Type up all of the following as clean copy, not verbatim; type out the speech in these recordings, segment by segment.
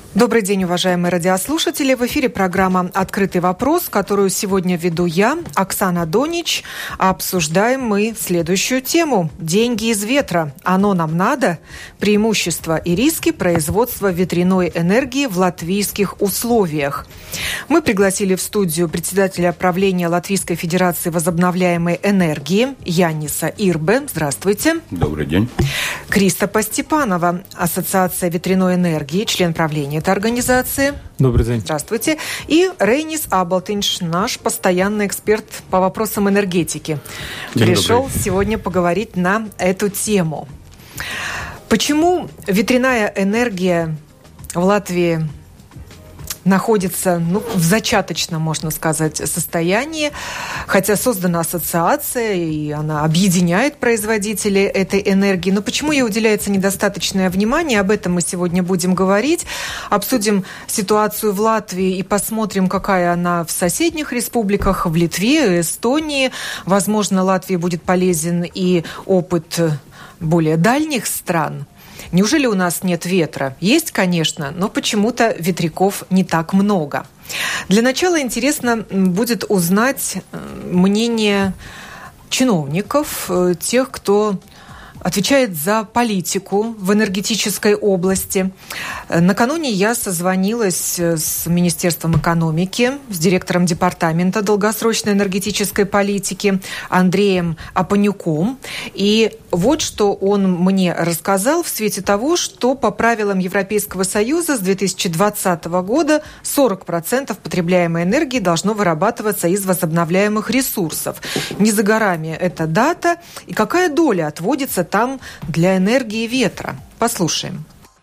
Добрый день, уважаемые радиослушатели. В эфире программа «Открытый вопрос», которую сегодня веду я, Оксана Донич. Обсуждаем мы следующую тему. Деньги из ветра. Оно нам надо? Преимущества и риски производства ветряной энергии в латвийских условиях. Мы пригласили в студию председателя правления Латвийской Федерации возобновляемой энергии Янниса Ирбе. Здравствуйте. Добрый день. Кристопа Степанова, Ассоциация ветряной энергии, член правления этой организации. Добрый день. Здравствуйте. И Рейнис Абалтинш, наш постоянный эксперт по вопросам энергетики. Пришел сегодня поговорить на эту тему. Почему ветряная энергия в Латвии находится в зачаточном, можно сказать, состоянии, хотя создана ассоциация, и она объединяет производителей этой энергии. Но почему ей уделяется недостаточное внимание? Об этом мы сегодня будем говорить. Обсудим ситуацию в Латвии и посмотрим, какая она в соседних республиках, в Литве, Эстонии. Возможно, Латвии будет полезен и опыт более дальних стран. Неужели у нас нет ветра? Есть, конечно, но почему-то ветряков не так много. Для начала интересно будет узнать мнение чиновников, тех, кто отвечает за политику в энергетической области. Накануне я созвонилась с Министерством экономики, с директором департамента долгосрочной энергетической политики Андреем Апанюком. И вот что он мне рассказал в свете того, что по правилам Европейского Союза с 2020 года 40% потребляемой энергии должно вырабатываться из возобновляемых ресурсов. Не за горами эта дата. И какая доля отводится там для энергии ветра? Послушаем.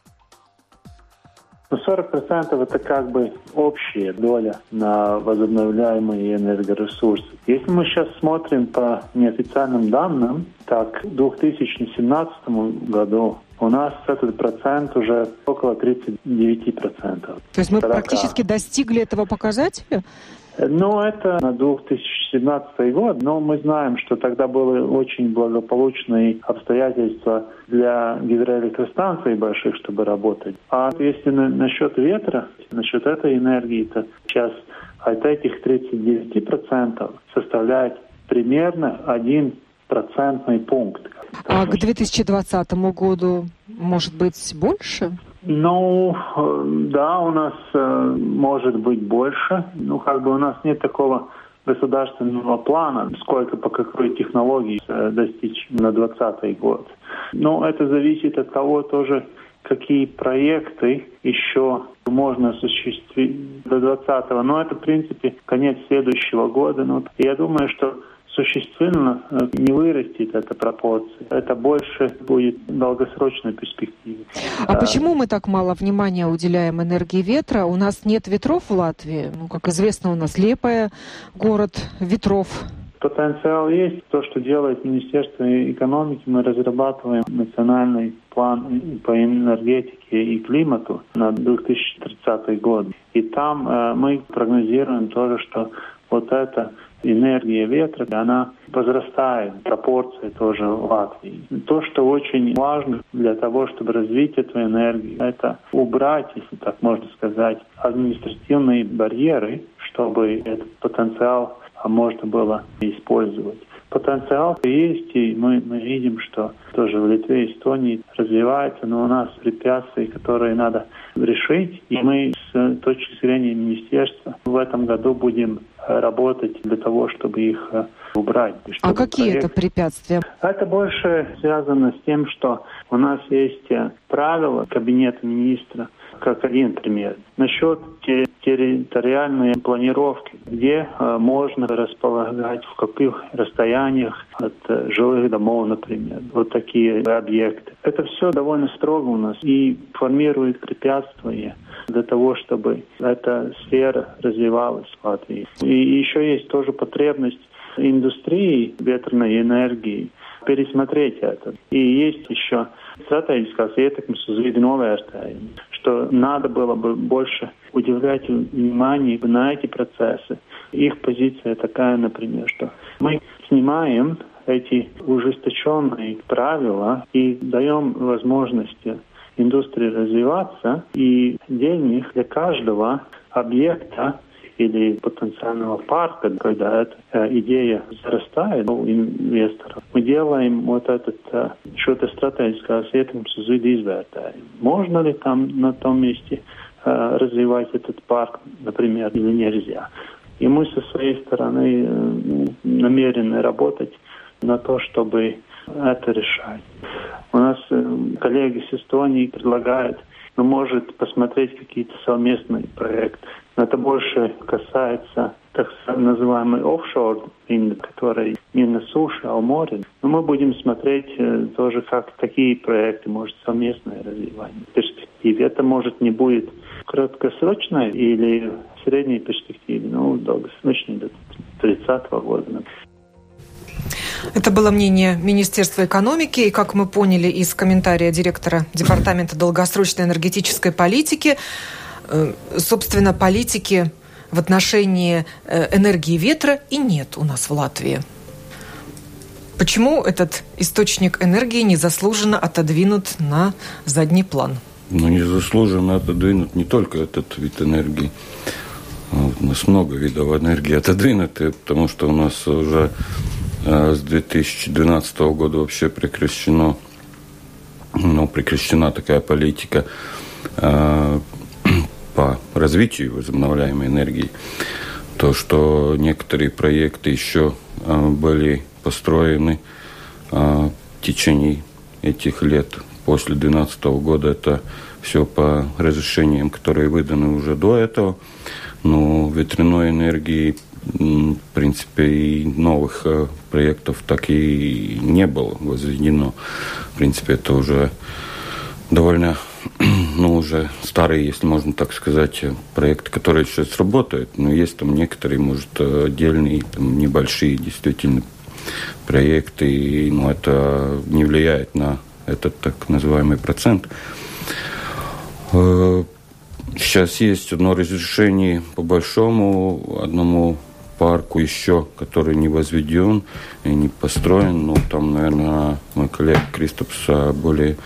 40% это как бы общая доля на возобновляемые энергоресурсы. Если мы сейчас смотрим по неофициальным данным, так в 2017 году у нас этот процент уже около 39%. То есть мы практически достигли этого показателя? Это на 2017 год, но мы знаем, что тогда были очень благополучные обстоятельства для гидроэлектростанций больших, чтобы работать. А если насчет ветра, насчет этой энергии, то сейчас от этих 39% составляет примерно 1% пункт. А к 2020 году может быть больше? Да, у нас может быть больше. У нас нет такого государственного плана, сколько по какой технологии достичь на 2020 год. Но это зависит от того тоже, какие проекты еще можно осуществить до 2020. Но это, в принципе, конец следующего года. Я думаю, что существенно не вырастет эта пропорция. Это больше будет в долгосрочной перспективе. А почему мы так мало внимания уделяем энергии ветра? У нас нет ветров в Латвии. Как известно, у нас Лепая, город ветров. Потенциал есть. То, что делает Министерство экономики, мы разрабатываем национальный план по энергетике и климату на 2030 год. И там мы прогнозируем тоже, что вот эта энергия ветра, она возрастает, пропорции тоже в Латвии. То, что очень важно для того, чтобы развить эту энергию, это убрать, если так можно сказать, административные барьеры, чтобы этот потенциал можно было использовать. Потенциал есть, и мы видим, что тоже в Литве и Эстонии развивается, но у нас препятствия, которые надо решить, и мы с точки зрения министерства в этом году будем работать для того, чтобы их убрать. А какие это препятствия? Это больше связано с тем, что у нас есть правила Кабинета министра, как один пример, насчет территориальной планировки, где можно располагать, в каких расстояниях от жилых домов, например, вот такие объекты. Это все довольно строго у нас и формирует препятствия для того, чтобы эта сфера развивалась в Латвии. И еще есть тоже потребность индустрии ветряной энергии пересмотреть это. И есть еще стратегическая ietekmes uz vidi novērtējumi, что надо было бы больше уделять внимание на эти процессы. Их позиция такая, например, что мы снимаем эти ужесточенные правила и даем возможности индустрии развиваться, и денег для каждого объекта или потенциального парка, когда эта идея зарастает у инвесторов, мы делаем вот этот что-то стратегическое ietekmes uz vidi izvērtējumu. Можно ли там на том месте развивать этот парк, например, или нельзя. И мы со своей стороны намерены работать на то, чтобы это решать. У нас коллеги с Эстонии предлагают, может посмотреть какие-то совместные проекты. Но это больше касается так называемый офшор, который не на суше, а в море. Но мы будем смотреть тоже, как такие проекты может совместное развивать в перспективе. Это может не будет краткосрочной или в средней перспективе, но долгосрочной до 30-го года. Это было мнение Министерства экономики, и, как мы поняли из комментария директора Департамента долгосрочной энергетической политики, собственно, политики в отношении энергии ветра и нет у нас в Латвии. Почему этот источник энергии незаслуженно отодвинут на задний план? Незаслуженно отодвинут не только этот вид энергии. У нас много видов энергии отодвинуты, потому что у нас уже с 2012 года вообще прекращена такая политика по развитию возобновляемой энергии. То, что некоторые проекты еще были построены в течение этих лет. После 2012 года это все по разрешениям, которые выданы уже до этого. Но ветряной энергии, в принципе, и новых проектов так и не было возведено. В принципе, это уже довольно, уже старые, если можно так сказать, проекты, которые сейчас работают. Но есть там некоторые, может, отдельные, там, небольшие действительно проекты, и это не влияет на этот так называемый процент. Сейчас есть одно разрешение по большому одному парку еще, который не возведен и не построен. Там, наверное, мой коллега Кристопс более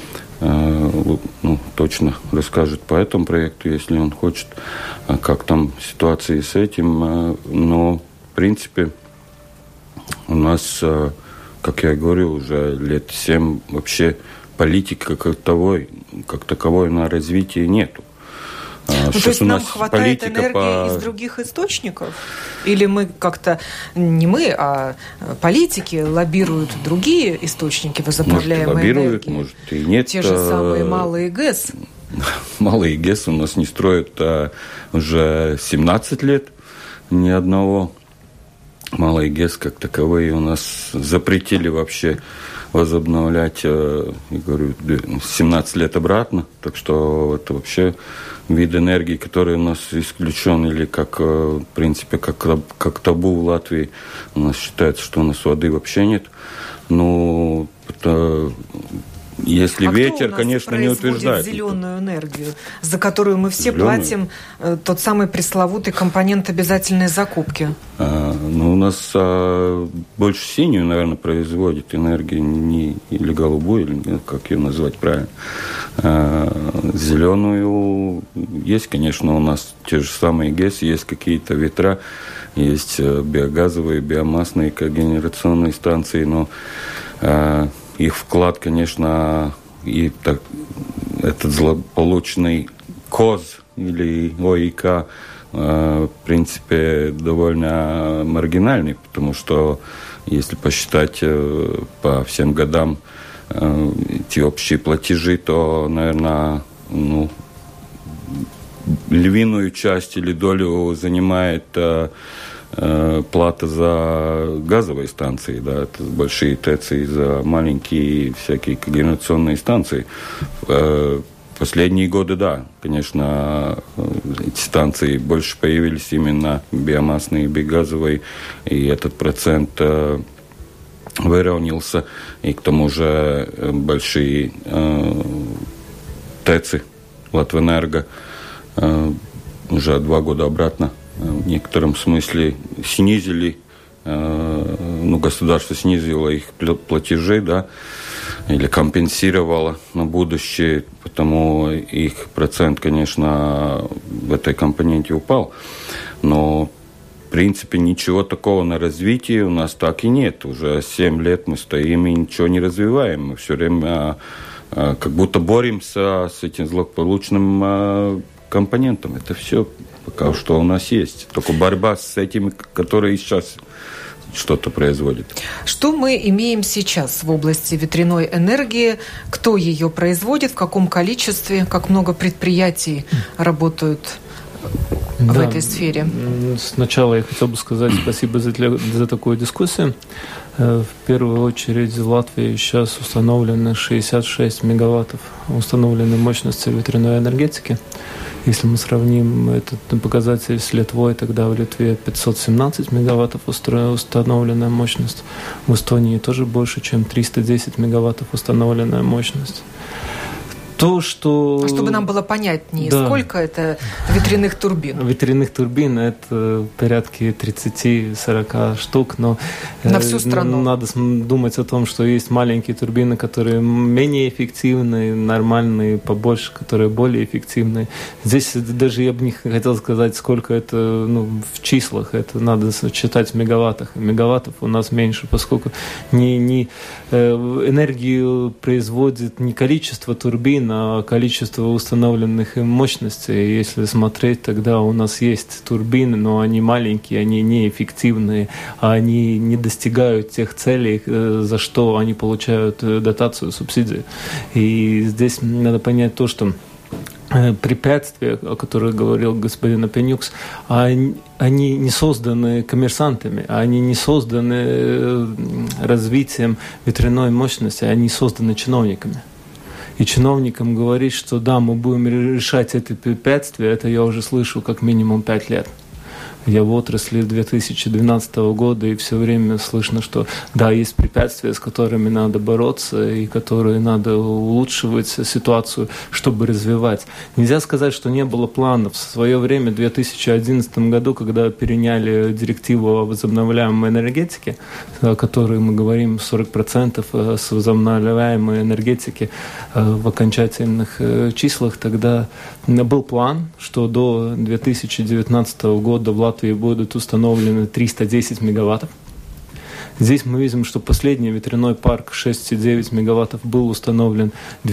точно расскажет по этому проекту, если он хочет, как там ситуация с этим. Но, в принципе, у нас, как я говорю, уже лет 7 вообще политики как таковой на развитие нету. То есть нам хватает энергии из других источников? Или мы как-то, не мы, а политики лоббируют другие источники возобновляемой энергии? Может, и нет. Те же самые малые ГЭС. Малые ГЭС у нас не строят уже 17 лет ни одного. Малые ГЭС как таковые у нас запретили вообще возобновлять, я говорю, 17 лет обратно. Так что это вообще вид энергии, который у нас исключен, или как, в принципе, как табу в Латвии. У нас считается, что у нас воды вообще нет. Это, если ветер, конечно, не утверждает. Зеленую энергию, за которую мы все платим тот самый пресловутый компонент обязательной закупки? У нас больше синюю, наверное, производит энергию, не или голубую, или как ее назвать правильно. Зеленую есть, конечно, у нас те же самые ГЭС, есть какие-то ветра, есть биогазовые, биомассные когенерационные станции, но их вклад, конечно, и этот злополучный КОЗ или ОИК, в принципе, довольно маргинальный, потому что, если посчитать по всем годам эти общие платежи, то, наверное, львиную часть или долю занимает плата за газовые станции, это большие ТЭЦ и за маленькие всякие когенерационные станции. В последние годы, конечно, эти станции больше появились именно биомассные, биогазовые, и этот процент выровнялся, и к тому же большие ТЭЦы Латвэнерго уже 2 года обратно в некотором смысле снизили, государство снизило их платежи, или компенсировала на будущее, потому их процент, конечно, в этой компоненте упал. Но, в принципе, ничего такого на развитии у нас так и нет. Уже 7 лет мы стоим и ничего не развиваем. Мы все время как будто боремся с этим злополучным компонентом. Это все пока что у нас есть. Только борьба с этими, которые сейчас что-то производят. Что мы имеем сейчас в области ветряной энергии? Кто ее производит, в каком количестве, как много предприятий работают в этой сфере? Сначала я хотел бы сказать спасибо за такую дискуссию. В первую очередь в Латвии сейчас установлено 66 мегаваттов установленной мощности ветряной энергетики. Если мы сравним этот показатель с Литвой, тогда в Литве 517 мегаваттов установленная мощность. В Эстонии тоже больше, чем 310 мегаваттов установленная мощность. То, что... Чтобы нам было понятнее, да. Сколько это ветряных турбин? Ветряных турбин это порядка 30-40 штук, но на всю страну. Надо думать о том, что есть маленькие турбины, которые менее эффективны, нормальные, побольше, которые более эффективны. Здесь даже я бы не хотел сказать, сколько это в числах, это надо считать в мегаваттах. Мегаваттов у нас меньше, поскольку энергию производит не количество турбин, а количество установленных им мощностей. Если смотреть, тогда у нас есть турбины, но они маленькие, они неэффективные, они не достигают тех целей, за что они получают дотацию, субсидию. И здесь надо понять то, что препятствия, о которых говорил господин Апенюкс, они не созданы коммерсантами, они не созданы развитием ветряной мощности, они созданы чиновниками. И чиновникам говорить, что да, мы будем решать это препятствие, это я уже слышу как минимум 5 лет. Я в отрасли 2012 года, и все время слышно, что да, есть препятствия, с которыми надо бороться, и которые надо улучшивать ситуацию, чтобы развивать. Нельзя сказать, что не было планов. В свое время, в 2011 году, когда переняли директиву о возобновляемой энергетике, о которой мы говорим 40% с возобновляемой энергетики в окончательных числах, тогда был план, что до 2019 года в Латвии будут установлены 310 мегаваттов. Здесь мы видим, что последний ветряной парк 6,9 мегаваттов был установлен в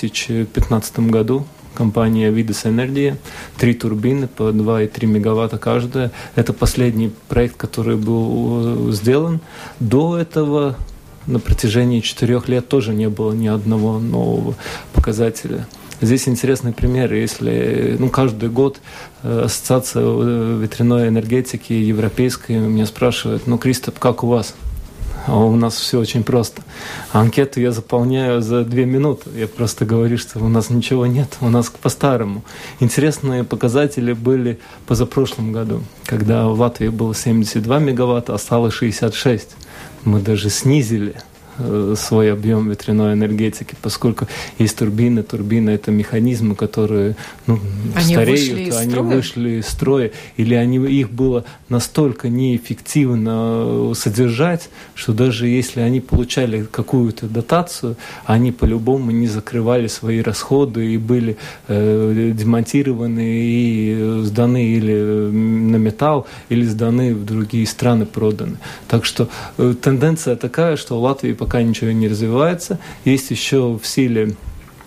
2015 году. Компания Видес Энергия, 3 турбины по 2,3 мегаватта каждая. Это последний проект, который был сделан. До этого на протяжении 4 лет тоже не было ни одного нового показателя. Здесь интересный пример. Если каждый год Ассоциация ветряной энергетики европейской меня спрашивает: Кристоп, как у вас? А у нас все очень просто. Анкету я заполняю за 2 минуты. Я просто говорю, что у нас ничего нет, у нас по-старому. Интересные показатели были позапрошлом году, когда в Латвии было 72 мегаватта, а стало 66. Мы даже снизили свой объем ветряной энергетики, поскольку есть турбины. Турбины — это механизмы, которые стареют, они вышли из строя, или их было настолько неэффективно содержать, что даже если они получали какую-то дотацию, они по-любому не закрывали свои расходы и были демонтированы и сданы или на металл, или сданы в другие страны, проданы. Так что тенденция такая, что в Латвии пока ничего не развивается. Есть еще в силе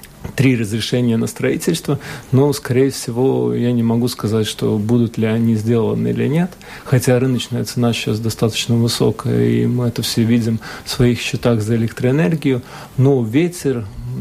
3 разрешения на строительство, но, скорее всего, я не могу сказать, что будут ли они сделаны или нет, хотя рыночная цена сейчас достаточно высокая, и мы это все видим в своих счетах за электроэнергию, но ветер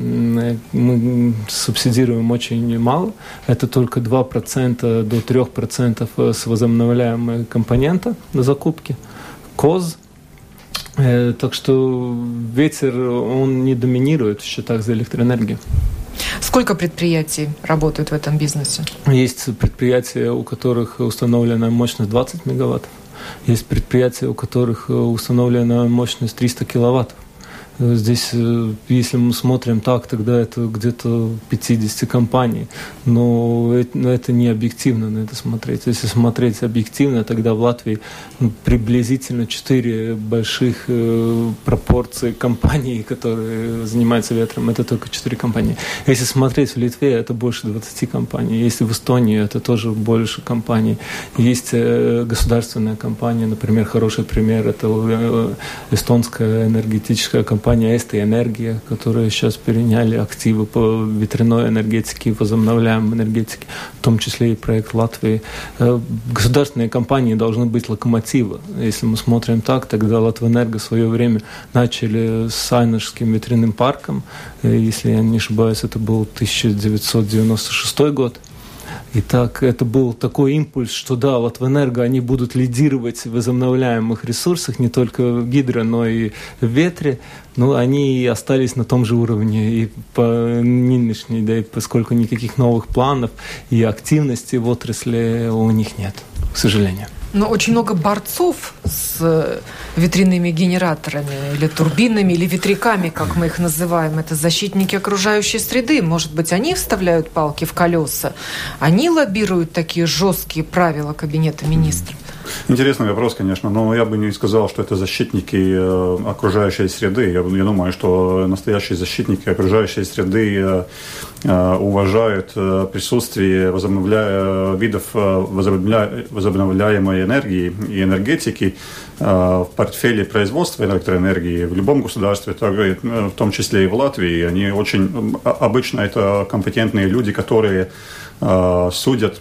мы субсидируем очень мало, это только 2% до 3% с возобновляемой компонента на закупке, КОЗ. Так что ветер, он не доминирует в счетах за электроэнергию. Сколько предприятий работают в этом бизнесе? Есть предприятия, у которых установлена мощность 20 мегаваттов. Есть предприятия, у которых установлена мощность 300 киловаттов. Здесь, если мы смотрим так, тогда это где-то 50 компаний. Но это не объективно на это смотреть. Если смотреть объективно, тогда в Латвии приблизительно 4 больших пропорции компаний, которые занимаются ветром. Это только 4 компании. Если смотреть в Литве, это больше 20 компаний. Если в Эстонии, это тоже больше компаний. Есть государственная компания, например, хороший пример, это эстонская энергетическая компания «Эсти Энергия», которые сейчас переняли активы по ветряной энергетике и возобновляемой энергетике, в том числе и проект Латвии. Государственные компании должны быть локомотивы. Если мы смотрим так, тогда Латвэнерго в свое время начали с Айнышским ветряным парком. Если я не ошибаюсь, это был 1996 год. Итак, это был такой импульс, что да, Латвэнерго, они будут лидировать в возобновляемых ресурсах, не только в гидро, но и в ветре, но они остались на том же уровне и по нынешней, да, и поскольку никаких новых планов и активности в отрасли у них нет, к сожалению. Но очень много борцов с ветряными генераторами или турбинами, или ветряками, как мы их называем. Это защитники окружающей среды. Может быть, они вставляют палки в колеса? Они лоббируют такие жесткие правила Кабинета министров? Интересный вопрос, конечно, но я бы не сказал, что это защитники окружающей среды. Я думаю, что настоящие защитники окружающей среды уважают присутствие видов возобновляемой энергии и энергетики в портфеле производства электроэнергии в любом государстве, в том числе и в Латвии. Они очень обычно это компетентные люди, которые судят,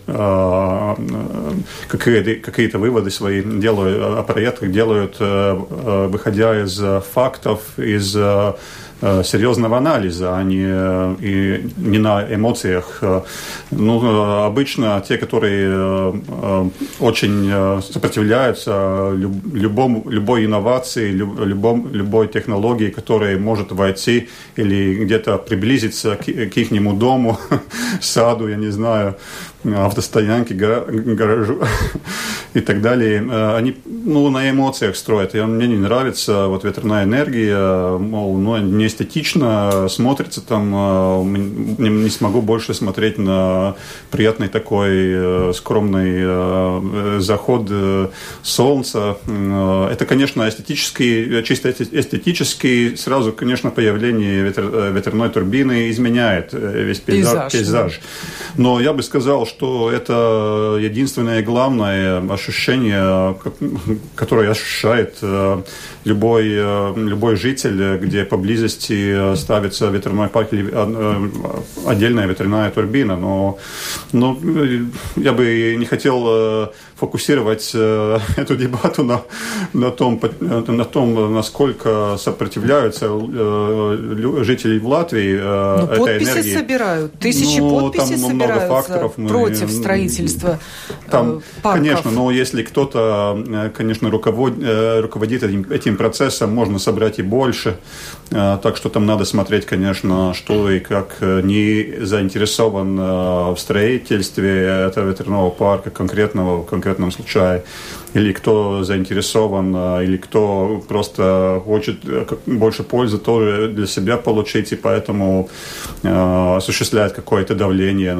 какие-то выводы свои делают, о проектах делают, выходя из фактов, из серьезного анализа, а не на эмоциях. Обычно те, которые очень сопротивляются любой инновации, любой технологии, которая может войти или где-то приблизиться к ихнему дому, саду, я не знаю, автостоянке, гаражу и так далее. Они на эмоциях строят. И мне не нравится ветряная энергия, не эстетично смотрится там. Не смогу больше смотреть на приятный такой скромный заход солнца. Это, конечно, чисто эстетически сразу, конечно, появление ветряной турбины изменяет весь пейзаж. Но я бы сказал, что это единственное главное ощущение, которое ощущает любой житель, где поблизости ставится ветряной парк или отдельная ветряная турбина. Но я бы не хотел фокусировать эту дебату на том, насколько сопротивляются жители в Латвии этой энергии. Подписи собирают, тысячи подписей собираются против строительства парков. Конечно, но если кто-то, конечно, руководит этим процессом, можно собрать и больше. Так что там надо смотреть, конечно, что и как не заинтересован в строительстве этого ветряного парка в конкретном случае, или кто заинтересован, или кто просто хочет больше пользы тоже для себя получить, и поэтому осуществляет какое-то давление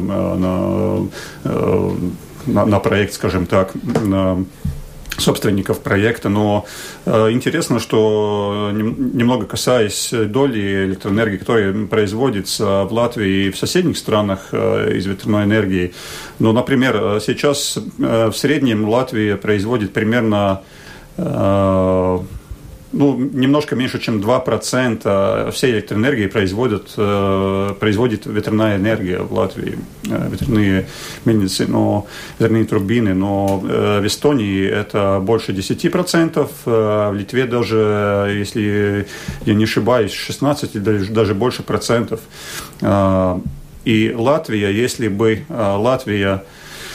на проект, скажем так, на собственников проекта. Но интересно, что немного касаясь доли электроэнергии, которая производится в Латвии и в соседних странах из ветряной энергии. Например, сейчас в среднем Латвия производит примерно немножко меньше, чем 2% всей электроэнергии производит ветряная энергия в Латвии, ветряные мельницы, ветряные турбины. Но в Эстонии это больше 10%, в Литве даже, если я не ошибаюсь, 16% или даже больше процентов. И Латвия, если бы Латвия,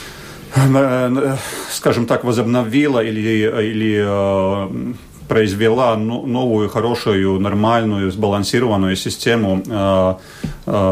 скажем так, возобновила или произвела новую, хорошую, нормальную, сбалансированную систему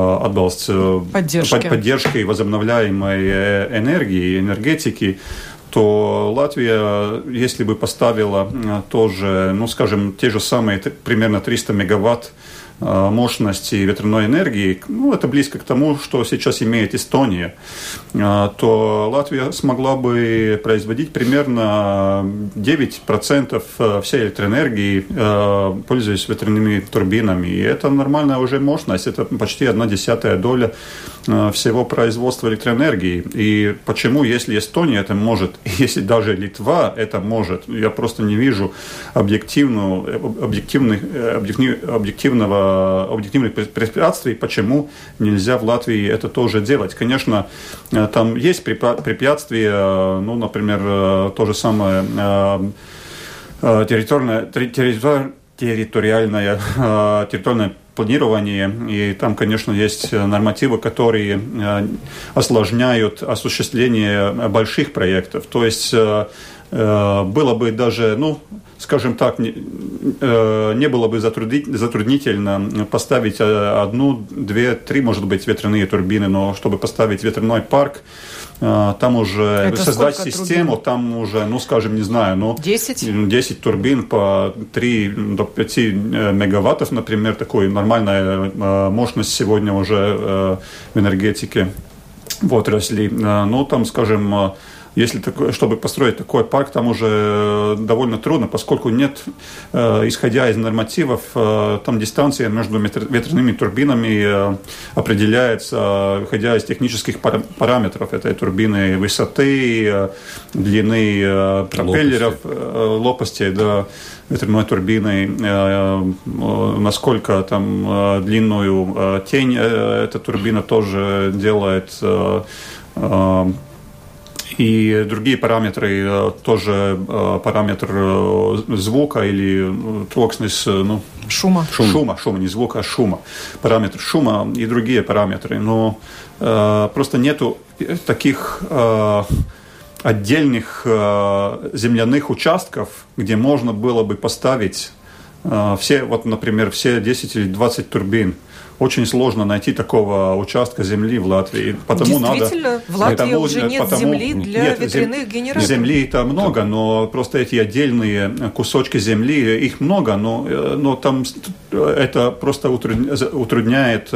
поддержки возобновляемой энергии, энергетики, то Латвия, если бы поставила тоже, ну, скажем, те же самые примерно 300 мегаватт мощности ветряной энергии, ну, это близко к тому, что сейчас имеет Эстония, то Латвия смогла бы производить примерно 9% всей электроэнергии, пользуясь ветряными турбинами. И это нормальная уже мощность, это почти 1/10 доля всего производства электроэнергии. И почему, если Эстония это может, если даже Литва это может, я просто не вижу объективных препятствий, почему нельзя в Латвии это тоже делать. Конечно, там есть препятствия, ну, например, то же самое территориальное планирование, и там, конечно, есть нормативы, которые осложняют осуществление больших проектов. То есть было бы даже, ну, скажем так, не было бы затруднительно поставить 1, 2, 3, может быть, ветряные турбины, но чтобы поставить ветряной парк, там уже это создать систему, турбин? Там уже, ну, скажем, не знаю, ну, 10 турбин по 3 до 5 мегаваттов, например, такой нормальная мощность сегодня уже в энергетике в отрасли. Ну, там, скажем, если чтобы построить такой парк, там уже довольно трудно, поскольку нет, исходя из нормативов, там дистанция между ветряными турбинами определяется, исходя из технических параметров этой турбины, высоты, длины пропеллеров, лопастей, да, ветряной турбины, насколько там длинную тень эта турбина тоже делает, и другие параметры, тоже параметр звука или троксность, ну, шума, не звука, а шума, параметр шума и другие параметры. Но просто нету таких отдельных земляных участков, где можно было бы поставить все, вот, например, все 10 или 20 турбин. Очень сложно найти такого участка земли в Латвии. Потому действительно, в Латвии уже нет земли для ветряных генераторов. Земли-то много, но просто эти отдельные кусочки земли, их много, но там это просто утрудняет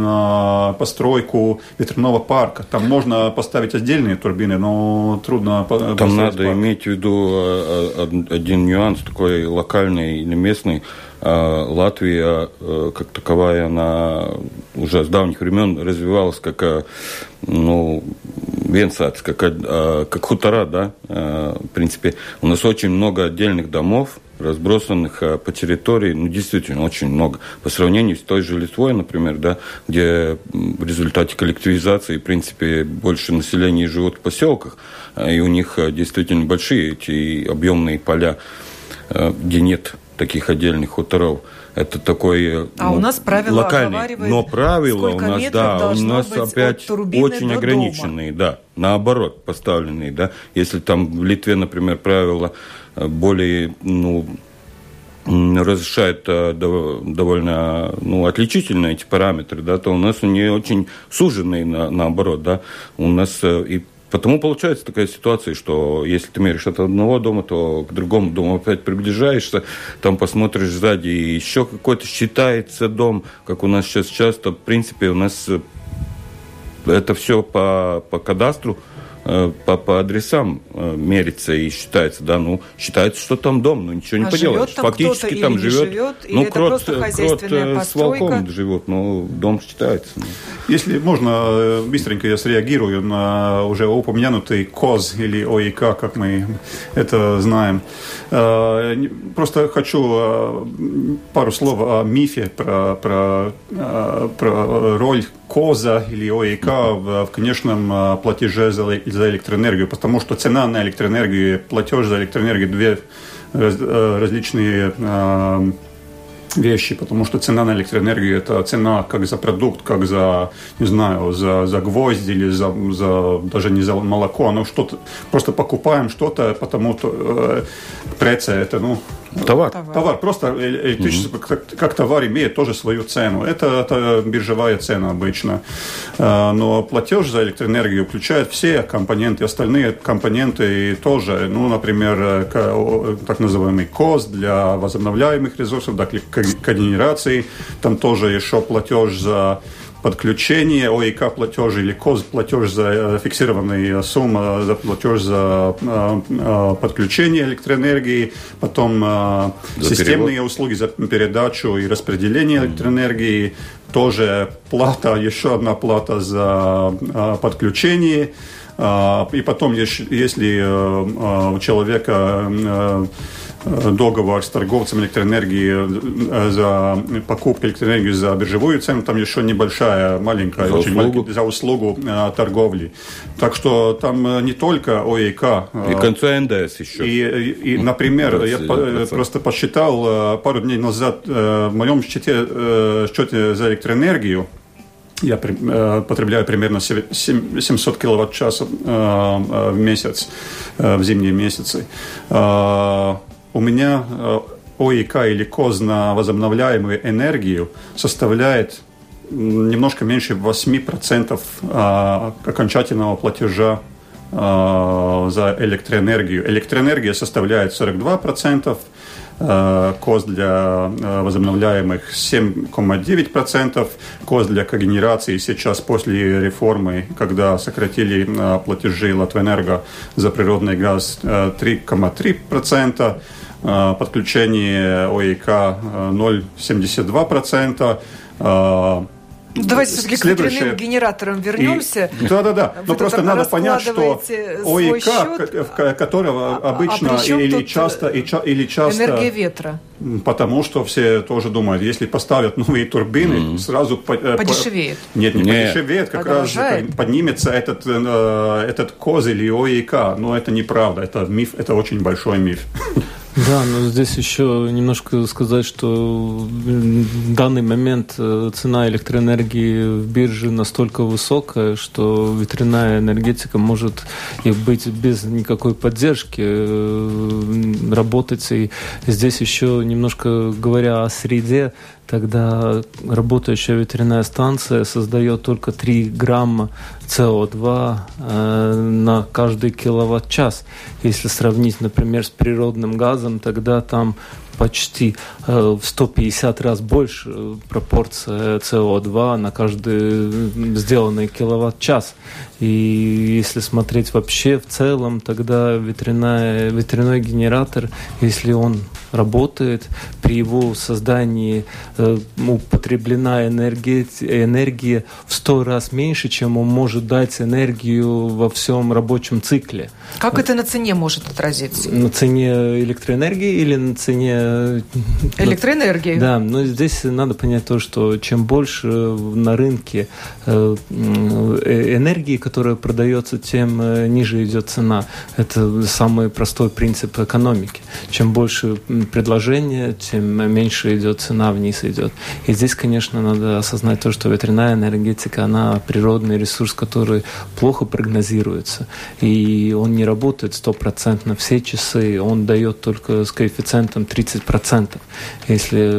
постройку ветряного парка. Там можно поставить отдельные турбины, но трудно поставить там надо парк. Иметь в виду один нюанс, такой локальный или местный. Латвия, как таковая, она уже с давних времен развивалась как, ну, венсац, как хутора, да. В принципе, у нас очень много отдельных домов, разбросанных по территории, ну, действительно, очень много. По сравнению с той же Литвой, например, да, где в результате коллективизации, в принципе, больше населения живут в поселках, и у них действительно большие эти объемные поля, где нет таких отдельных хуторов. Это такой у нас правило локальный. Но правила у нас, да, у нас опять очень ограниченные, да, наоборот поставленные, да. Если там в Литве, например, правила более, ну, разрешают довольно, ну, отличительно эти параметры, да, то у нас они очень суженные, наоборот, да. У нас и потому получается такая ситуация, что если ты меряешь от одного дома, то к другому дому опять приближаешься, там посмотришь сзади, и еще какой-то считается дом, как у нас сейчас часто. В принципе, у нас это все по кадастру, по адресам мерится и считается, да, ну, считается, что там дом, но ничего не поделаешь. Там фактически там живет, ну, крот с волком живет, но дом считается. Если можно, быстренько я среагирую на уже упомянутый КОЗ или ОИК, как мы это знаем. Просто хочу пару слов о мифе про роль КОЗа или ОИК в конечном платеже за электроэнергию, потому что цена на электроэнергию и платеж за электроэнергию – две различные вещи, потому что цена на электроэнергию – это цена как за продукт, как за, не знаю, за гвоздь или даже не за молоко, но что-то, просто покупаем что-то, потому что преция – это, ну, Товар. Просто электричество как товар имеет тоже свою цену. Это биржевая цена обычно. Но платеж за электроэнергию включает все компоненты, остальные компоненты тоже. Например, так называемый КОЗ для возобновляемых ресурсов, для когенерации. Там тоже еще платеж за подключение, ОИК платеж или КОЗ платеж за фиксированную сумму, за платеж за подключение электроэнергии, потом системные перевод. Услуги за передачу и распределение электроэнергии, тоже плата, еще одна плата за подключение. И потом, если у человека договор с торговцем электроэнергии за покупку электроэнергии за биржевую цену, там еще небольшая, маленькая, за услугу торговли. Так что там не только ОИК. И к концу НДС еще. И например, я просто посчитал пару дней назад в моем счете за электроэнергию, я потребляю примерно 700 киловатт-часов в месяц, в зимние месяцы. У меня ОИК или КОЗ на возобновляемую энергию составляет немножко меньше 8% окончательного платежа за электроэнергию. Электроэнергия составляет 42%, КОЗ для возобновляемых 7,9%, КОЗ для когенерации сейчас после реформы, когда сократили платежи Латвэнерго за природный газ, 3,3%, подключение ОИК 0,72%. Давайте все-таки к ветряным генераторам вернемся. Да. Но просто надо понять, что ОИК, которого обычно или часто... Энергия ветра. Потому что все тоже думают, если поставят новые турбины, сразу... Подешевеет. Нет, не подешевеет, как раз поднимется этот КОЗ или ОИК. Но это неправда, это миф, это очень большой миф. Да, но здесь еще немножко сказать, что в данный момент цена электроэнергии в бирже настолько высокая, что ветряная энергетика может и быть без никакой поддержки работать. И здесь еще немножко говоря о среде, тогда работающая ветряная станция создает только 3 грамма СО2 на каждый киловатт-час. Если сравнить, например, с природным газом, тогда там почти в 150 раз больше пропорция СО2 на каждый сделанный киловатт-час. И если смотреть вообще в целом, тогда ветряной генератор, если он работает, при его создании употреблена энергия в 100 раз меньше, чем он может дать энергию во всем рабочем цикле. Как это на цене может отразиться? На цене электроэнергии или на цене... Электроэнергии. Да, но здесь надо понять то, что чем больше на рынке энергии, которая продается, тем ниже идет цена. Это самый простой принцип экономики. Чем больше предложения, тем меньше идет цена, вниз идет. И здесь, конечно, надо осознать то, что ветряная энергетика, она природный ресурс, который плохо прогнозируется. И он не работает 100% все часы, он дает только с коэффициентом 30%. Если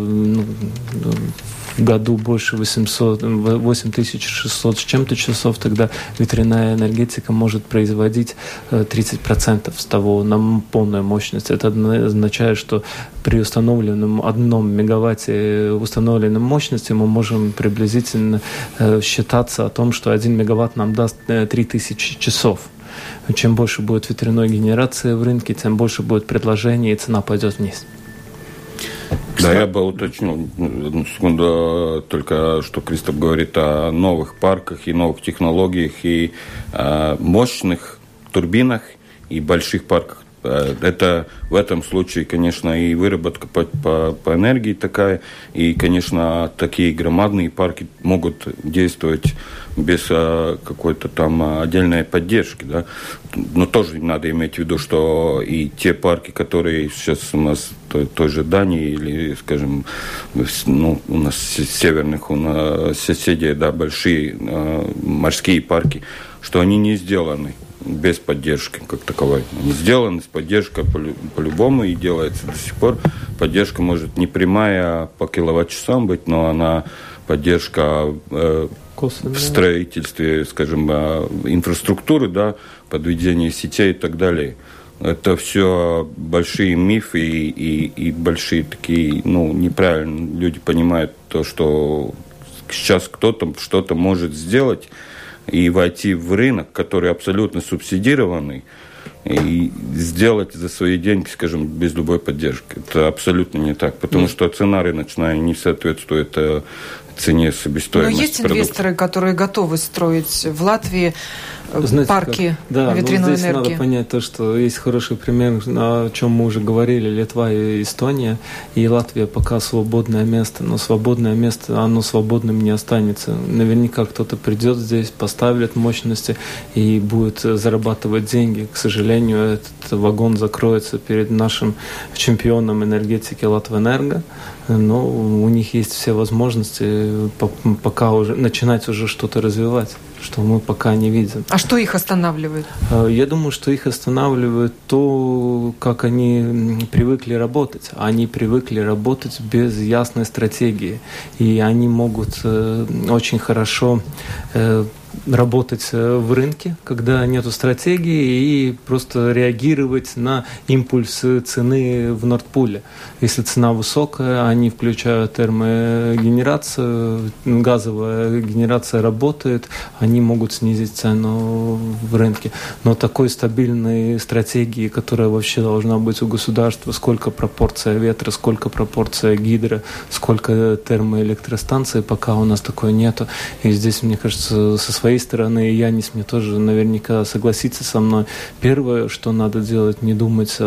в году больше 8600 с чем-то часов, тогда ветряная энергетика может производить 30% с того на полную мощность. Это означает, что при установленном 1 мегаватте установленной мощности мы можем приблизительно считаться о том, что 1 мегаватт нам даст 3000 часов. Чем больше будет ветряной генерации в рынке, тем больше будет предложение, и цена пойдет вниз. Да, я бы уточнил одну секунду, только что Кристоф говорит о новых парках и новых технологиях, и мощных турбинах, и больших парках. Это в этом случае, конечно, и выработка по энергии такая, и, конечно, такие громадные парки могут действовать без какой-то там отдельной поддержки, да. Но тоже надо иметь в виду, что и те парки, которые сейчас у нас в той же Дании или, скажем, у нас северных, у нас соседей, да, большие морские парки, что они не сделаны без поддержки как таковой. Они сделаны с поддержкой по-любому и делается до сих пор. Поддержка может не прямая по киловатт-часам быть, но она поддержка в строительстве, скажем, инфраструктуры, да, подведение сетей и так далее. Это все большие мифы и большие такие, неправильно люди понимают то, что сейчас кто-то что-то может сделать и войти в рынок, который абсолютно субсидированный, и сделать за свои деньги, скажем, без любой поддержки. Это абсолютно не так, потому что цена рыночная не соответствует цене себестоимости. Но есть инвесторы, которые готовы строить в Латвии парки ветряной здесь энергии. Надо понять то, что есть хороший пример, о чем мы уже говорили, Литва и Эстония, и Латвия пока свободное место, но свободное место, оно свободным не останется. Наверняка кто-то придет здесь, поставит мощности и будет зарабатывать деньги. К сожалению, этот вагон закроется перед нашим чемпионом энергетики Латвэнерго, но у них есть все возможности пока уже начинать уже что-то развивать, что мы пока не видим. А что их останавливает? Я думаю, что их останавливает то, как они привыкли работать. Они привыкли работать без ясной стратегии. И они могут очень хорошо работать в рынке, когда нет стратегии, и просто реагировать на импульс цены в Нордпуле. Если цена высокая, они включают термогенерацию, газовая генерация работает, они могут снизить цену в рынке. Но такой стабильной стратегии, которая вообще должна быть у государства, сколько пропорция ветра, сколько пропорция гидро, сколько термоэлектростанций, пока у нас такой нету. И здесь, мне кажется, со своей стороны, и Янис мне тоже наверняка согласится со мной. Первое, что надо делать, не думать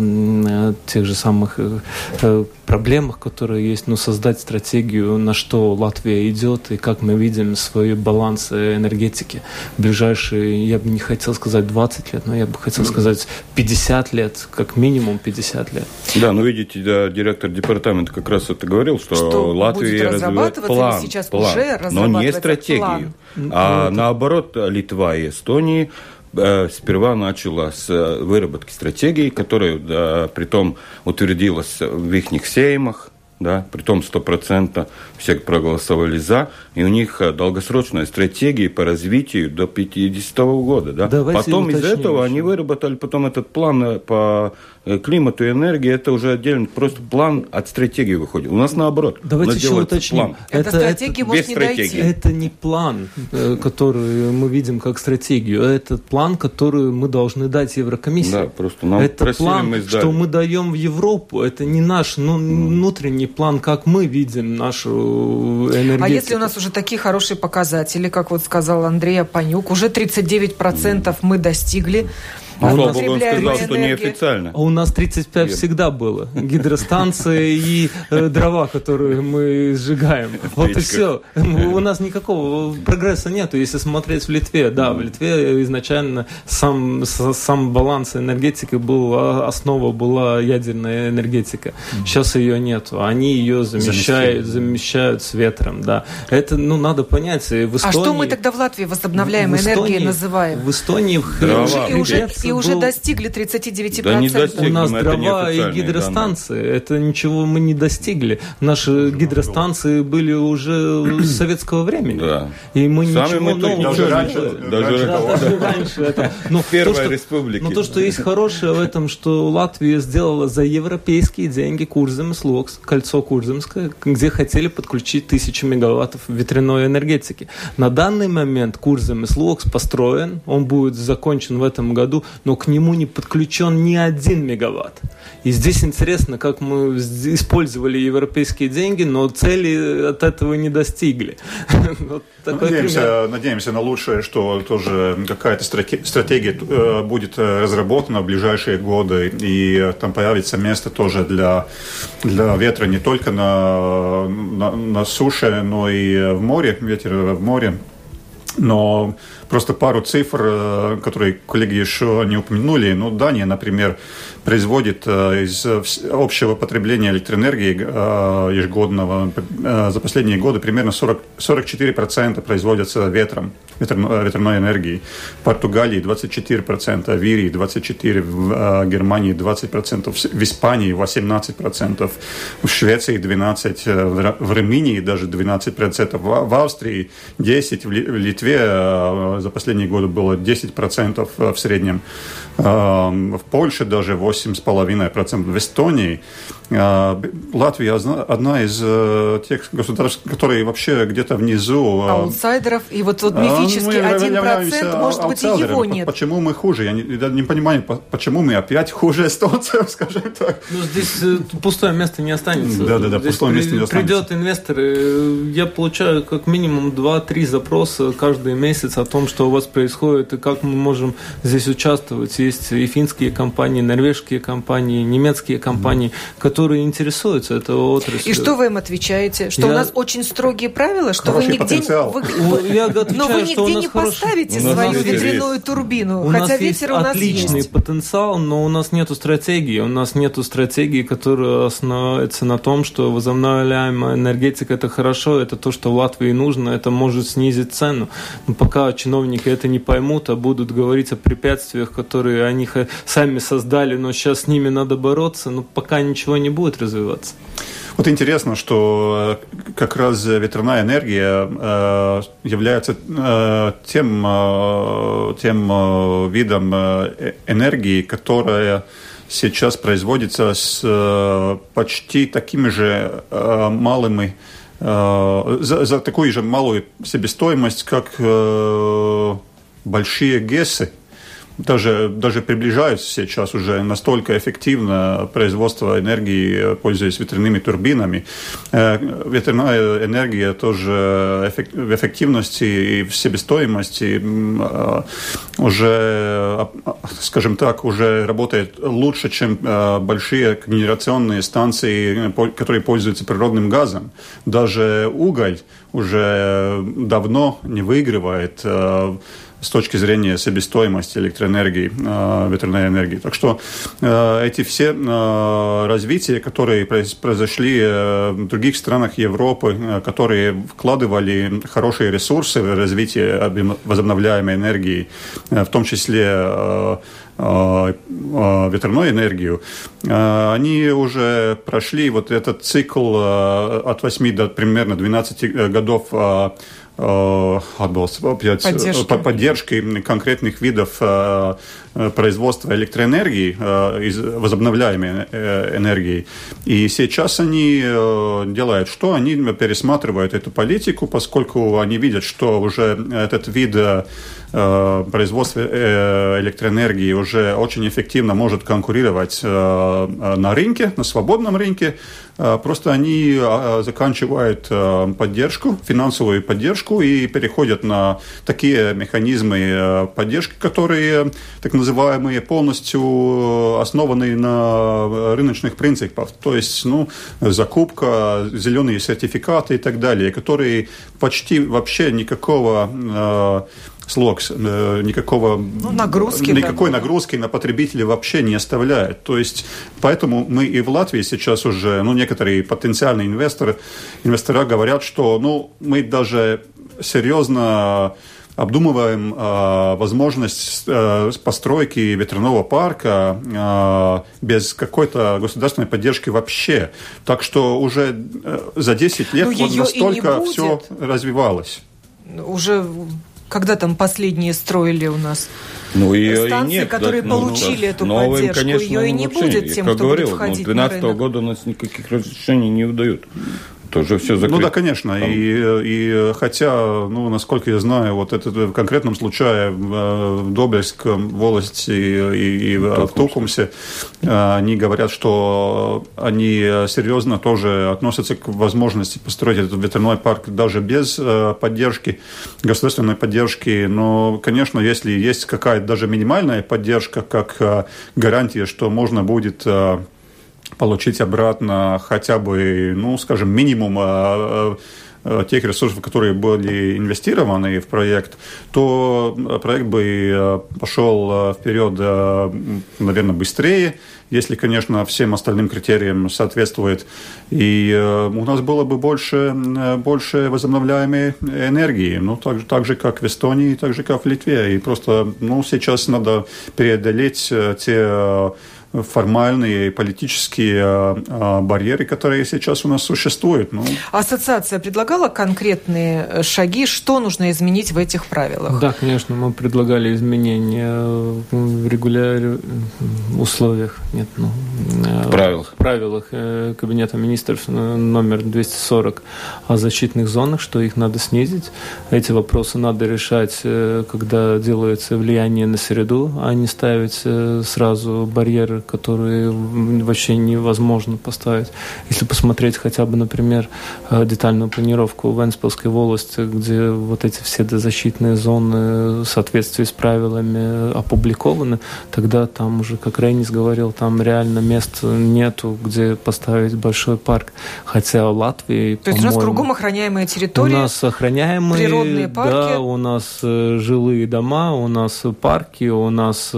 о тех же самых проблемах, которые есть, но создать стратегию, на что Латвия идет и как мы видим свой баланс энергетики. В ближайшие, я бы не хотел сказать 20 лет, но я бы хотел сказать 50 лет, как минимум 50 лет. Да, но видите, директор департамента как раз это говорил, что Латвия развивает план, но не стратегию. А наоборот, Литва и Эстония сперва начала с выработки стратегии, которая, притом, утвердилась в их сеймах, да, притом 100% все проголосовали за, и у них долгосрочная стратегия по развитию до 50-го года. Да. Потом из этого они выработали потом этот план по климату и энергии, это уже отдельно, просто план от стратегии выходит. У нас наоборот. Давайте еще уточним. Эта стратегия может не дойти. Это не план, который мы видим как стратегию, это план, который мы должны дать Еврокомиссии. Да, просто нам это план, что мы даем в Европу, это не наш внутренний план, как мы видим нашу энергетику. А если у нас уже такие хорошие показатели, как вот сказал Андрей Апанюк, уже 39% мы достигли. Он сказал, что неофициально. А у нас 35 всегда было. Гидростанции и дрова, которые мы сжигаем. Вот и все. У нас никакого прогресса нету. Если смотреть в Литве, да, в Литве изначально сам баланс энергетики был, основа была ядерная энергетика. Сейчас ее нету. Они ее замещают с ветром, да. Это, надо понять. В Эстонии, а что мы тогда в Латвии возобновляемой энергией называем? В Эстонии И уже достигли 39%. Да не достигли, у нас дрова и гидростанции. Это ничего мы не достигли. Наши гидростанции были уже с советского времени. Да. И мы ничего нового даже раньше. Первая республика. Но то, что есть хорошее в этом, что Латвия сделала за европейские деньги Курземес-Локс, кольцо Курземское, где хотели подключить 1000 мегаваттов ветряной энергетики. На данный момент Курземес-Локс построен, он будет закончен в этом году, но к нему не подключен ни 1 мегаватт. И здесь интересно, как мы использовали европейские деньги, но цели от этого не достигли. Надеемся на лучшее, что тоже какая-то стратегия будет разработана в ближайшие годы, и там появится место тоже для ветра не только на суше, но и в море, ветер в море. Но просто пару цифр, которые коллеги еще не упомянули. Дания, например, производит из общего потребления электроэнергии ежегодного за последние годы примерно 44% производятся ветром. ветряной энергии. В Португалии 24%, в Ирии 24%, в Германии 20%, в Испании 18%, в Швеции 12%, в Румынии даже 12%, в Австрии 10%, в Литве за последние годы было 10% в среднем, в Польше даже 8,5%, в Эстонии. Латвия одна из тех государств, которые вообще где-то внизу. Аутсайдеров. И вот мифический 1%, может быть, и его нет. Почему мы хуже? Я не понимаю, почему мы опять хуже эстонцев, скажем так. Ну, здесь пустое место не останется. Да, пустое место не останется. Придет инвестор, я получаю как минимум 2-3 запроса каждый месяц о том, что у вас происходит и как мы можем здесь участвовать. Есть и финские компании, норвежские компании, немецкие компании, которые интересуются этой отраслью. И что вы им отвечаете? Что у нас очень строгие правила, что вы нигде не поставите свою ветряную турбину, хотя ветер у нас есть. У нас есть отличный потенциал, но у нас нету стратегии. У нас нету стратегии, которая основывается на том, что возобновляемая энергетика – это хорошо, это то, что в Латвии нужно, это может снизить цену. Но пока чиновники это не поймут, а будут говорить о препятствиях, которые они сами создали, но сейчас с ними надо бороться, но пока ничего не будет развиваться. Вот интересно, что как раз ветряная энергия является тем видом энергии, которая сейчас производится с почти такими же малыми, за такую же малую себестоимость, как большие ГЭСы. Даже приближаются сейчас уже настолько эффективно производство энергии, пользуясь ветряными турбинами. Ветряная энергия тоже в эффективности и в себестоимости уже, скажем так, уже работает лучше, чем большие генерационные станции, которые пользуются природным газом. Даже уголь уже давно не выигрывает с точки зрения себестоимости электроэнергии, ветряной энергии. Так что эти все развития, которые произошли в других странах Европы, которые вкладывали хорошие ресурсы в развитие возобновляемой энергии, в том числе ветряную энергию, они уже прошли вот этот цикл от 8 до примерно 12 годов поддержки конкретных видов производства электроэнергии из возобновляемой энергии. И сейчас они делают что? Они пересматривают эту политику, поскольку они видят, что уже этот вид производства электроэнергии уже очень эффективно может конкурировать на рынке, на свободном рынке. Просто они заканчивают поддержку, финансовую поддержку и переходят на такие механизмы поддержки, которые так называемые полностью основаны на рыночных принципах. То есть закупка, зеленые сертификаты и так далее, которые почти вообще никакой нагрузки на потребителя вообще не оставляет. То есть, поэтому мы и в Латвии сейчас уже, некоторые потенциальные инвестора говорят, что мы даже серьезно обдумываем возможность постройки ветряного парка без какой-то государственной поддержки вообще. Так что уже за 10 лет настолько все развивалось. Уже когда там последние строили у нас станции, нет, которые получили эту поддержку, конечно, ее и не будет тем, кто будет входить на рынок. 2012 года у нас никаких разрешений не выдают. Тоже все закрыто. Да, конечно. И хотя, насколько я знаю, вот это в конкретном случае в Добельском волости и в Тукумсе, они говорят, что они серьезно тоже относятся к возможности построить этот ветряной парк даже без поддержки, государственной поддержки. Но, конечно, если есть какая-то даже минимальная поддержка, как гарантия, что можно будет получить обратно хотя бы, скажем, минимум тех ресурсов, которые были инвестированы в проект, то проект бы пошел вперед, наверное, быстрее, если, конечно, всем остальным критериям соответствует. И у нас было бы больше возобновляемой энергии, так же, как в Эстонии, так же, как в Литве. И просто сейчас надо преодолеть те формальные политические барьеры, которые сейчас у нас существуют. Ассоциация предлагала конкретные шаги, что нужно изменить в этих правилах? Да, конечно, мы предлагали изменения в условиях, в правилах Кабинета министров номер 240 о защитных зонах, что их надо снизить. Эти вопросы надо решать, когда делается влияние на среду, а не ставить сразу барьеры, которые вообще невозможно поставить. Если посмотреть хотя бы, например, детальную планировку в Вентспилской волости, где вот эти все защитные зоны в соответствии с правилами опубликованы, тогда там уже, как Рейнис говорил, там реально мест нету, где поставить большой парк. Хотя в Латвии, то есть у нас кругом охраняемые территории, у нас охраняемые природные парки, да, у нас жилые дома, у нас парки, у нас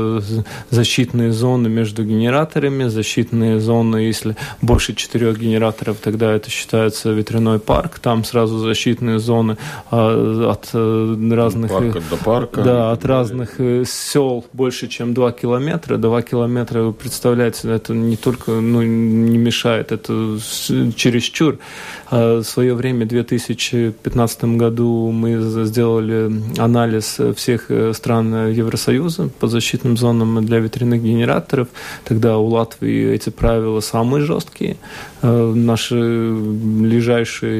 защитные зоны между генераторами, защитные зоны, если больше 4 генераторов, тогда это считается ветряной парк, там сразу защитные зоны от разных... Парка до парка. Да, от разных сел больше, чем 2 километра. 2 километра, вы представляете, это не только не мешает, это чересчур. В свое время, в 2015 году, мы сделали анализ всех стран Евросоюза по защитным зонам для ветряных генераторов. Тогда у Латвии эти правила самые жесткие. Наши ближайшие,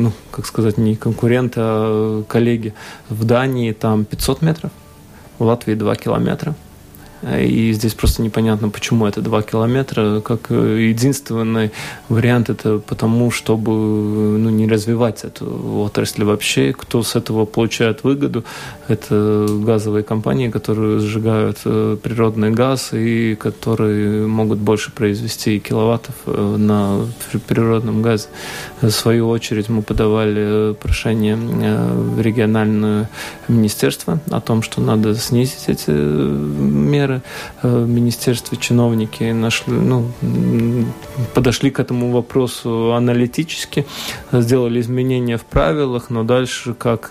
не конкуренты, а коллеги в Дании, там 500 метров, в Латвии 2 километра. И здесь просто непонятно, почему это 2 километра. Как единственный вариант, это потому, чтобы не развивать эту отрасль вообще. Кто с этого получает выгоду, это газовые компании, которые сжигают природный газ и которые могут больше произвести киловаттов на природном газе. В свою очередь мы подавали прошение в региональное министерство о том, что надо снизить эти меры. В министерстве чиновники подошли к этому вопросу аналитически, сделали изменения в правилах, но дальше, как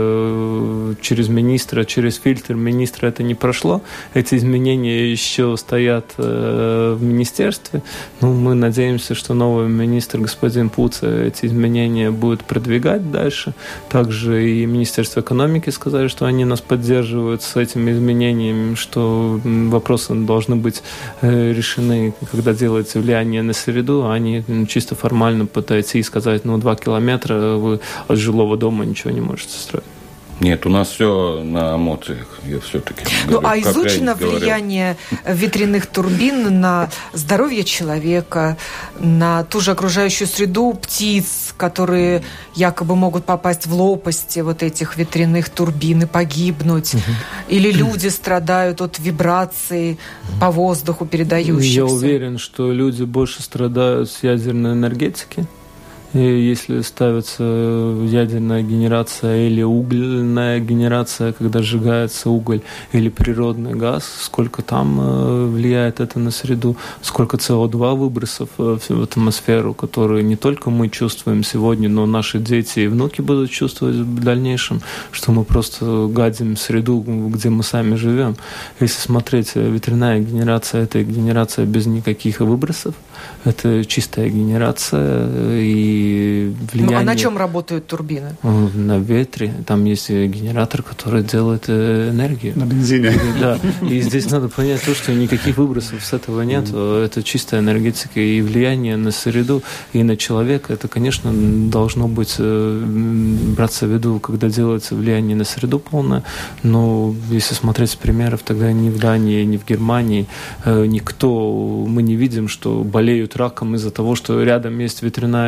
через министра, через фильтр министра это не прошло. Эти изменения еще стоят в министерстве. Мы надеемся, что новый министр, господин Пуце, эти изменения будет продвигать дальше. Также и Министерство экономики сказали, что они нас поддерживают с этими изменениями, что вопросы должны быть решены, когда делается влияние на среду, а не чисто формально подойти и сказать, 2 километра вы от жилого дома ничего не можете строить. Нет, у нас все на эмоциях. Я все-таки говорю, а изучено влияние ветряных турбин на здоровье человека, на ту же окружающую среду, птиц, которые якобы могут попасть в лопасти вот этих ветряных турбин и погибнуть? Или люди страдают от вибраций по воздуху передающихся? Я уверен, что люди больше страдают с ядерной энергетики. И если ставится ядерная генерация или угольная генерация, когда сжигается уголь, или природный газ, сколько там влияет это на среду, сколько СО2 выбросов в атмосферу, которые не только мы чувствуем сегодня, но наши дети и внуки будут чувствовать в дальнейшем, что мы просто гадим среду, где мы сами живем. Если смотреть, ветряная генерация – это генерация без никаких выбросов, это чистая генерация и влияние... А на чем работают турбины? На ветре. Там есть генератор, который делает энергию. На бензине. Да. И здесь надо понять то, что никаких выбросов с этого нет. Это чистая энергетика и влияние на среду и на человека. Это, конечно, должно быть браться в виду, когда делается влияние на среду полное. Но если смотреть с примеров, тогда ни в Дании, ни в Германии мы не видим, что болеют раком из-за того, что рядом есть ветряная генерация.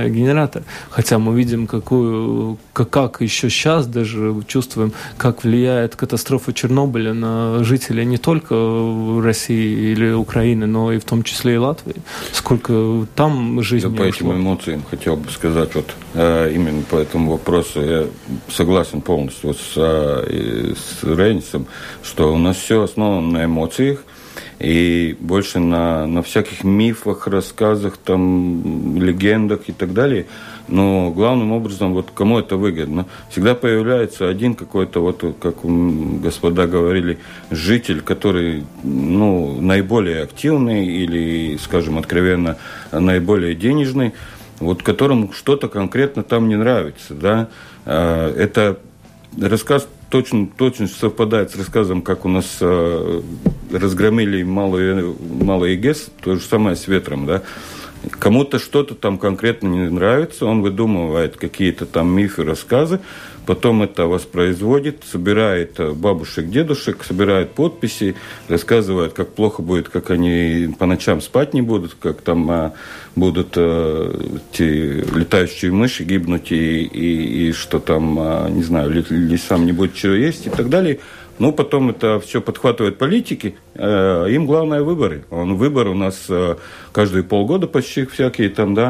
сертификаты. Хотя мы видим, как еще сейчас даже чувствуем, как влияет катастрофа Чернобыля на жителей не только России или Украины, но и в том числе и Латвии. Сколько там жизни ушло. По этим эмоциям хотел бы сказать, именно по этому вопросу я согласен полностью с Рейнисом, что у нас все основано на эмоциях и больше на всяких мифах, рассказах, там, легендах и так далее. Но главным образом, кому это выгодно? Всегда появляется один какой-то, как господа говорили, житель, который, наиболее активный или, скажем откровенно, наиболее денежный, которому что-то конкретно там не нравится, да? Это рассказ точно совпадает с рассказом, как у нас разгромили малый ГЭС, то же самое с ветром, да. Кому-то что-то там конкретно не нравится, он выдумывает какие-то там мифы, рассказы, потом это воспроизводит, собирает бабушек, дедушек, собирает подписи, рассказывает, как плохо будет, как они по ночам спать не будут, как там будут эти летающие мыши гибнуть, и что там, не знаю, лесам не будет чего есть и так далее. Потом это все подхватывают политики, им главное выборы. Выборы у нас каждые полгода почти всякие там, да.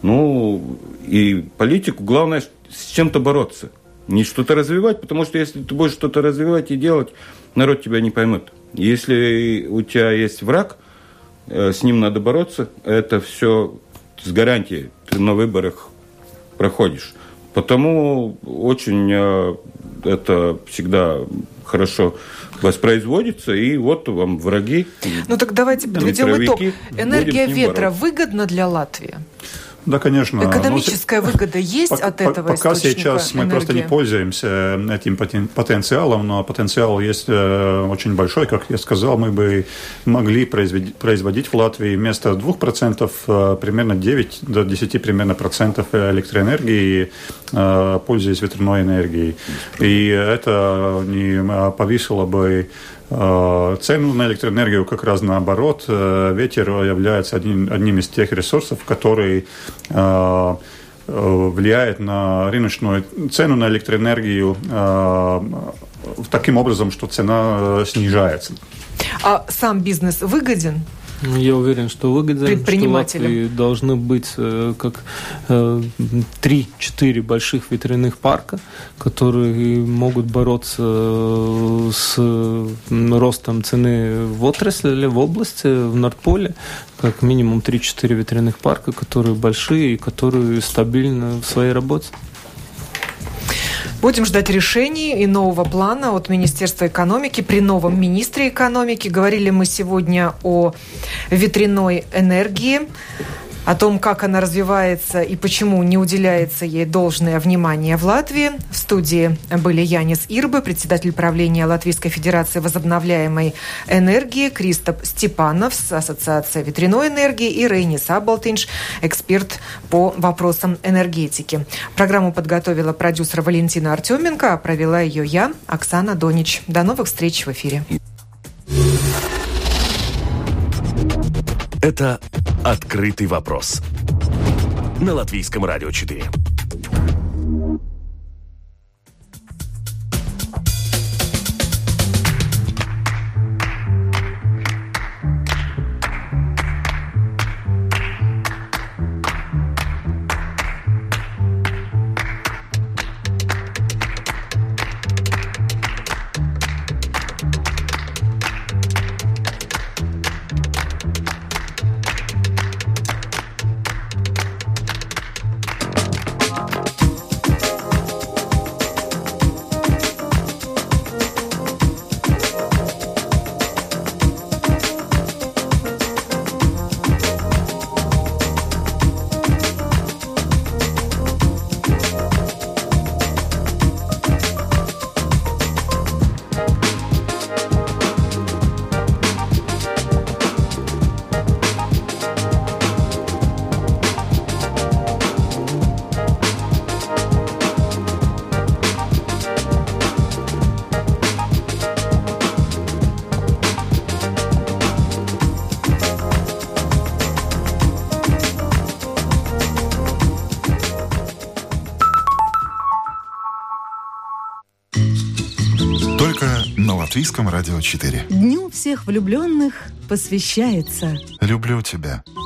И политику главное с чем-то бороться. Не что-то развивать, потому что если ты будешь что-то развивать и делать, народ тебя не поймет. Если у тебя есть враг, с ним надо бороться, это все с гарантией. Ты на выборах проходишь. Потому очень это всегда хорошо воспроизводится, и вам враги. Так давайте подведем итог. Энергия ветра выгодна для Латвии? Да, конечно. Экономическая выгода есть от этого пока источника сейчас мы энергии? просто не пользуемся этим потенциалом, но потенциал есть очень большой. Как я сказал, мы бы могли производить в Латвии вместо 2% примерно 9 до 10 примерно процентов электроэнергии, пользуясь ветряной энергией. И это не повысило бы цену на электроэнергию, как раз наоборот. Ветер является одним из тех ресурсов, который влияет на рыночную цену на электроэнергию таким образом, что цена снижается. А сам бизнес выгоден? Я уверен, что выгоден, что в Латвии должны быть как 3-4 больших ветряных парка, которые могут бороться с ростом цены в отрасли, в области, в Нордполе. Как минимум 3-4 ветряных парка, которые большие и которые стабильны в своей работе. Будем ждать решений и нового плана от Министерства экономики при новом министре экономики. Говорили мы сегодня о ветряной энергии, о том, как она развивается и почему не уделяется ей должное внимание в Латвии. В студии были Янис Ирба, председатель правления Латвийской Федерации возобновляемой энергии, Кристоп Степанов с Ассоциацией ветряной энергии и Рейнис Аболтинш, эксперт по вопросам энергетики. Программу подготовила продюсер Валентина Артеменко, а провела ее я, Оксана Донич. До новых встреч в эфире. Это «Открытый вопрос» на Латвийском радио 4. Латвийском радио 4. Дню всех влюбленных посвящается «Люблю тебя».